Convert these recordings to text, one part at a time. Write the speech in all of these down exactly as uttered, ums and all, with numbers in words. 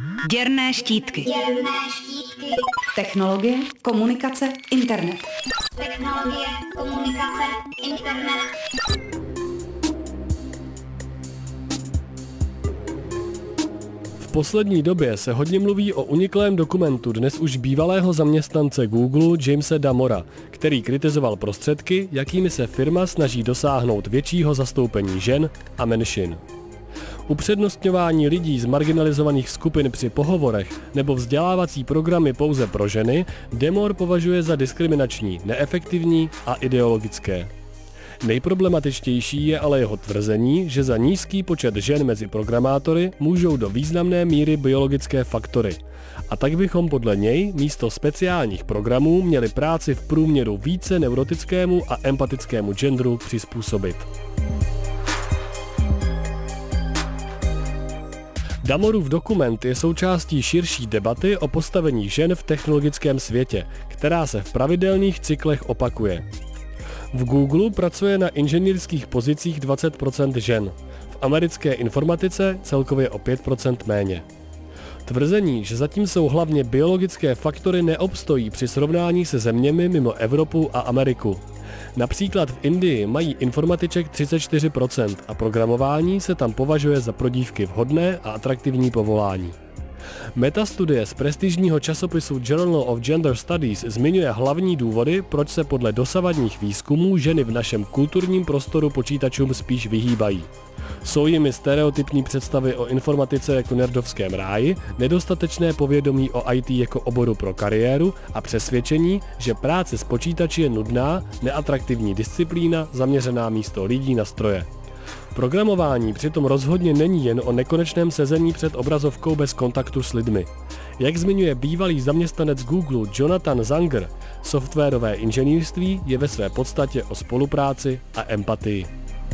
Děrné štítky. Děrné štítky. Technologie, komunikace, internet. Technologie, komunikace, internet. V poslední době se hodně mluví o uniklém dokumentu dnes už bývalého zaměstnance Google Jamese Damora, který kritizoval prostředky, jakými se firma snaží dosáhnout většího zastoupení žen a menšin. Upřednostňování lidí z marginalizovaných skupin při pohovorech nebo vzdělávací programy pouze pro ženy Damore považuje za diskriminační, neefektivní a ideologické. Nejproblematičtější je ale jeho tvrzení, že za nízký počet žen mezi programátory můžou do významné míry biologické faktory. A tak bychom podle něj místo speciálních programů měli práci v průměru více neurotickému a empatickému genderu přizpůsobit. Damorův dokument je součástí širší debaty o postavení žen v technologickém světě, která se v pravidelných cyklech opakuje. V Google pracuje na inženýrských pozicích dvacet procent žen, v americké informatice celkově o pět procent méně. Tvrzení, že zatím jsou hlavně biologické faktory, neobstojí při srovnání se zeměmi mimo Evropu a Ameriku. Například v Indii mají informatiček třicet čtyři procent a programování se tam považuje za pro dívky vhodné a atraktivní povolání. Metastudie z prestižního časopisu Journal of Gender Studies zmiňuje hlavní důvody, proč se podle dosavadních výzkumů ženy v našem kulturním prostoru počítačům spíš vyhýbají. Jsou jimi stereotypní představy o informatice jako nerdovském ráji, nedostatečné povědomí o í té jako oboru pro kariéru a přesvědčení, že práce s počítači je nudná, neatraktivní disciplína zaměřená místo lidí na stroje. Programování přitom rozhodně není jen o nekonečném sezení před obrazovkou bez kontaktu s lidmi. Jak zmiňuje bývalý zaměstnanec Google Jonathan Zanger, softwarové inženýrství je ve své podstatě o spolupráci a empatii.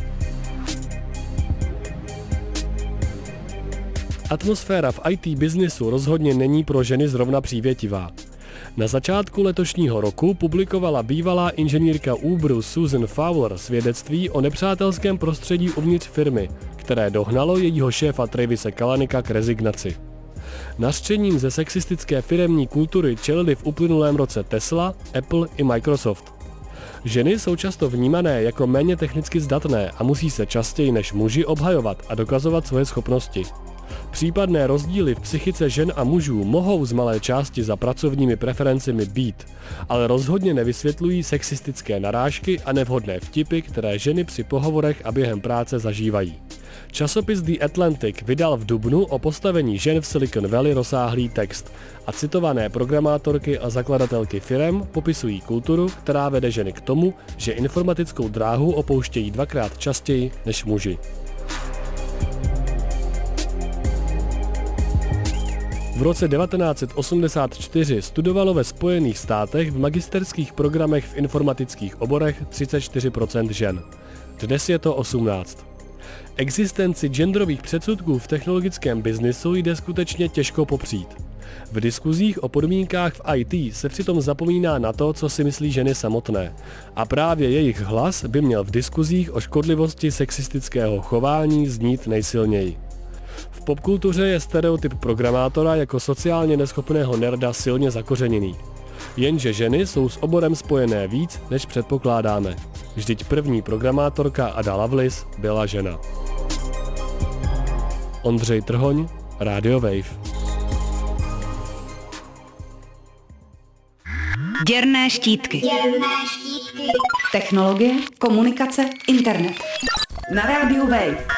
Atmosféra v í té biznisu rozhodně není pro ženy zrovna přívětivá. Na začátku letošního roku publikovala bývalá inženýrka Uberu Susan Fowler svědectví o nepřátelském prostředí uvnitř firmy, které dohnalo jejího šéfa Travise Kalanika k rezignaci. Nařčením ze sexistické firemní kultury čelili v uplynulém roce Tesla, Apple i Microsoft. Ženy jsou často vnímané jako méně technicky zdatné a musí se častěji než muži obhajovat a dokazovat svoje schopnosti. Případné rozdíly v psychice žen a mužů mohou z malé části za pracovními preferencemi být, ale rozhodně nevysvětlují sexistické narážky a nevhodné vtipy, které ženy při pohovorech a během práce zažívají. Časopis The Atlantic vydal v dubnu o postavení žen v Silicon Valley rozsáhlý text a citované programátorky a zakladatelky firem popisují kulturu, která vede ženy k tomu, že informatickou dráhu opouštějí dvakrát častěji než muži. V roce devatenáct set osmdesát čtyři studovalo ve Spojených státech v magisterských programech v informatických oborech třicet čtyři procent žen. Dnes je to osmnáct. Existenci genderových předsudků v technologickém biznisu jde skutečně těžko popřít. V diskuzích o podmínkách v í té se přitom zapomíná na to, co si myslí ženy samotné. A právě jejich hlas by měl v diskuzích o škodlivosti sexistického chování znít nejsilněji. V popkultuře je stereotyp programátora jako sociálně neschopného nerda silně zakořeněný. Jenže ženy jsou s oborem spojené víc, než předpokládáme. Vždyť první programátorka Ada Lovelace byla žena. Ondřej Trhoň, Radio Wave. Děrné štítky. Děrné štítky. Technologie, komunikace, internet. Na Radio Wave.